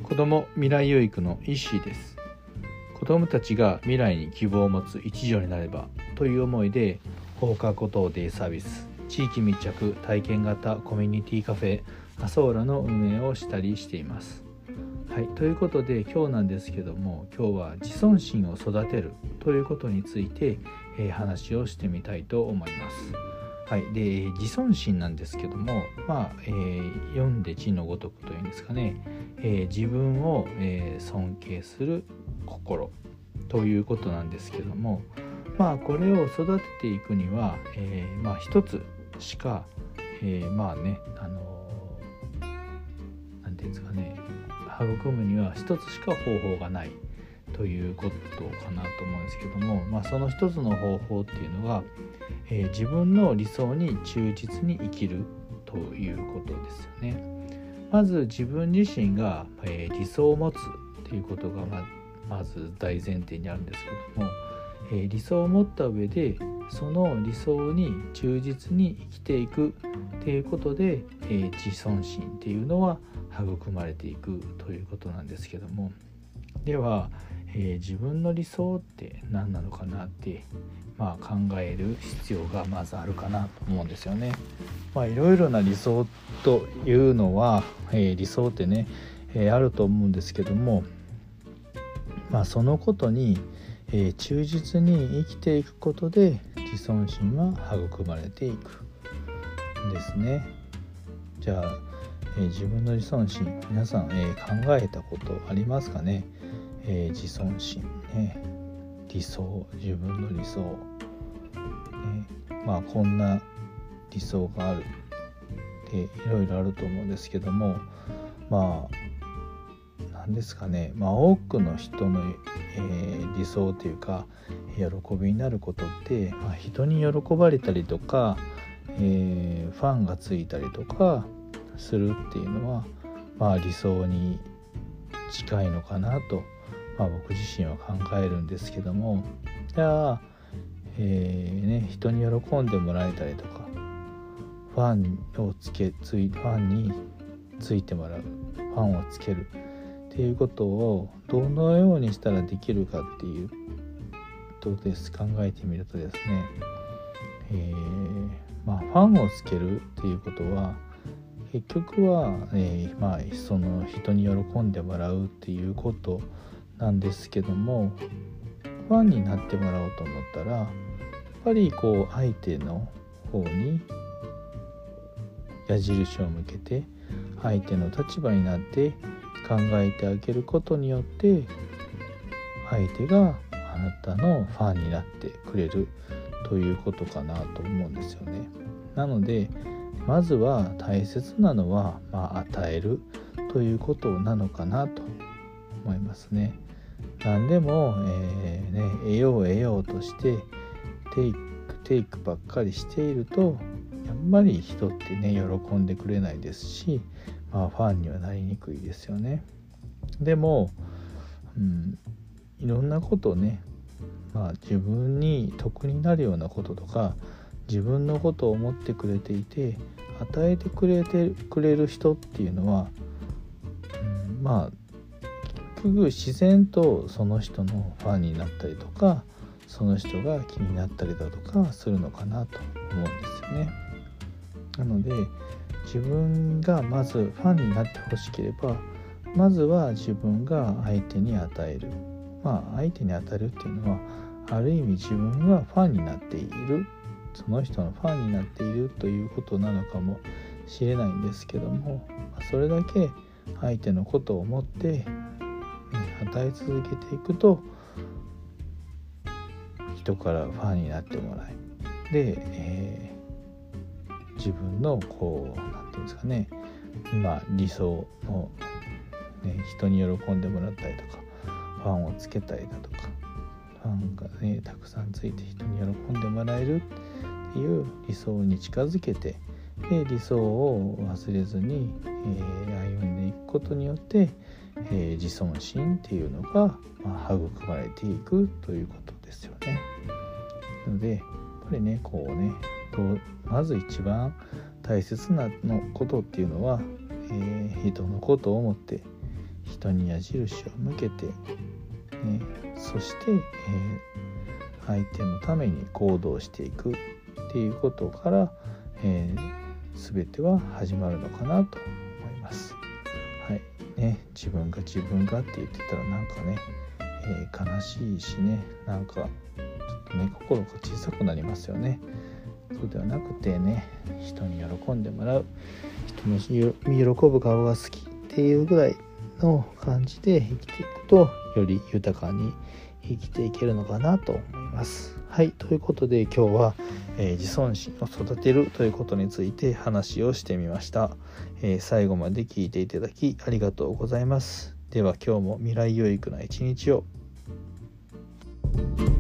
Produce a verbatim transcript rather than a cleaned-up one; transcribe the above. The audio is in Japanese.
子ども未来養育の石井です。子どもたちが未来に希望を持つ一助になればという思いで、放課後等デイサービス、地域密着体験型コミュニティカフェアソーラの運営をしたりしています。はい、ということで今日なんですけども、今日は自尊心を育てるということについて、えー、話をしてみたいと思います。はい、で自尊心なんですけども、まあえー、読んで字のごとくというんですかね、えー、自分を、えー、尊敬する心ということなんですけども、まあこれを育てていくには、えー、まあ一つしか、えー、まあねあのー、なんていうんですかね、育むには一つしか方法がないということかなと思うんですけども、まあ、その一つの方法っていうのが、えー、自分の理想に忠実に生きるということですよね。まず自分自身が、えー、理想を持つということが ま, まず大前提にあるんですけども、えー、理想を持った上でその理想に忠実に生きていくということで、えー、自尊心っていうのは育まれていくということなんですけども、では、えー、自分の理想って何なのかなって、まあ、考える必要がまずあるかなと思うんですよね。まあいろいろな理想というのは、えー、理想ってね、えー、あると思うんですけども、まあ、そのことに、えー、忠実に生きていくことで自尊心は育まれていくんですね。じゃあ、えー、自分の自尊心、皆さん、えー、考えたことありますかね。えー、自尊心ね、理想、自分の理想、ね、まあこんな理想があるでいろいろあると思うんですけども、まあ何ですかね、まあ多くの人の、えー、理想というか喜びになることって、まあ、人に喜ばれたりとか、えー、ファンがついたりとかするっていうのは、まあ理想に近いのかなと、まあ、僕自身は考えるんですけども、じゃあ、えーね、人に喜んでもらえたりとか、ファンをつけついファンについてもらう、ファンをつけるっていうことをどのようにしたらできるかっていうとです考えてみるとですね、えーまあ、ファンをつけるっていうことは結局は、えーまあ、その人に喜んでもらうっていうことなんですけども、ファンになってもらおうと思ったらやっぱりこう相手の方に矢印を向けて相手の立場になって考えてあげることによって相手があなたのファンになってくれるということかなと思うんですよね。なのでまずは大切なのは、まあ、与えるということなのかなと思いますね。何でも、えーね、得よう得ようとしてテイクテイクばっかりしているとやっぱり人ってね喜んでくれないですし、まあ、ファンにはなりにくいですよね。でも、うん、いろんなことをね、まあ、自分に得になるようなこととか自分のことを思ってくれていて与えてくれてくれる人っていうのは、うん、まあ結局自然とその人のファンになったりとかその人が気になったりだとかするのかなと思うんですよね。なので自分がまずファンになってほしければまずは自分が相手に与える、まあ相手に与えるっていうのはある意味自分がファンになっている、その人のファンになっているということなのかもしれないんですけども、それだけ相手のことを思って与え続けていくと人からファンになってもらいで、えー、自分のこうなんていうんですかね、まあ理想の、ね、人に喜んでもらったりとかファンをつけたりだとかファンがねたくさんついて人に喜んでもらえるっていう理想に近づけて、で理想を忘れずに、えー、歩んでいくことによって、えー、自尊心っていうのが、まあ、育まれていくということですよね。なのでやっぱりねこうねとまず一番大切なのことっていうのは、えー、人のことを思って人に矢印を向けて、ね、そして、えー、相手のために行動していくっていうことから、えー、全ては始まるのかなと思います。はいね、自分が自分がって言ってたらなんかね、えー、悲しいしね、なんかちょっとね心が小さくなりますよね。そうではなくてね、人に喜んでもらう、人の喜ぶ顔が好きっていうぐらいの感じで生きていくと、より豊かに生きていけるのかなと思います。はい、ということで今日は、えー、自尊心を育てるということについて話をしてみました。えー、最後まで聞いていただきありがとうございます。では今日も未来有益な一日を。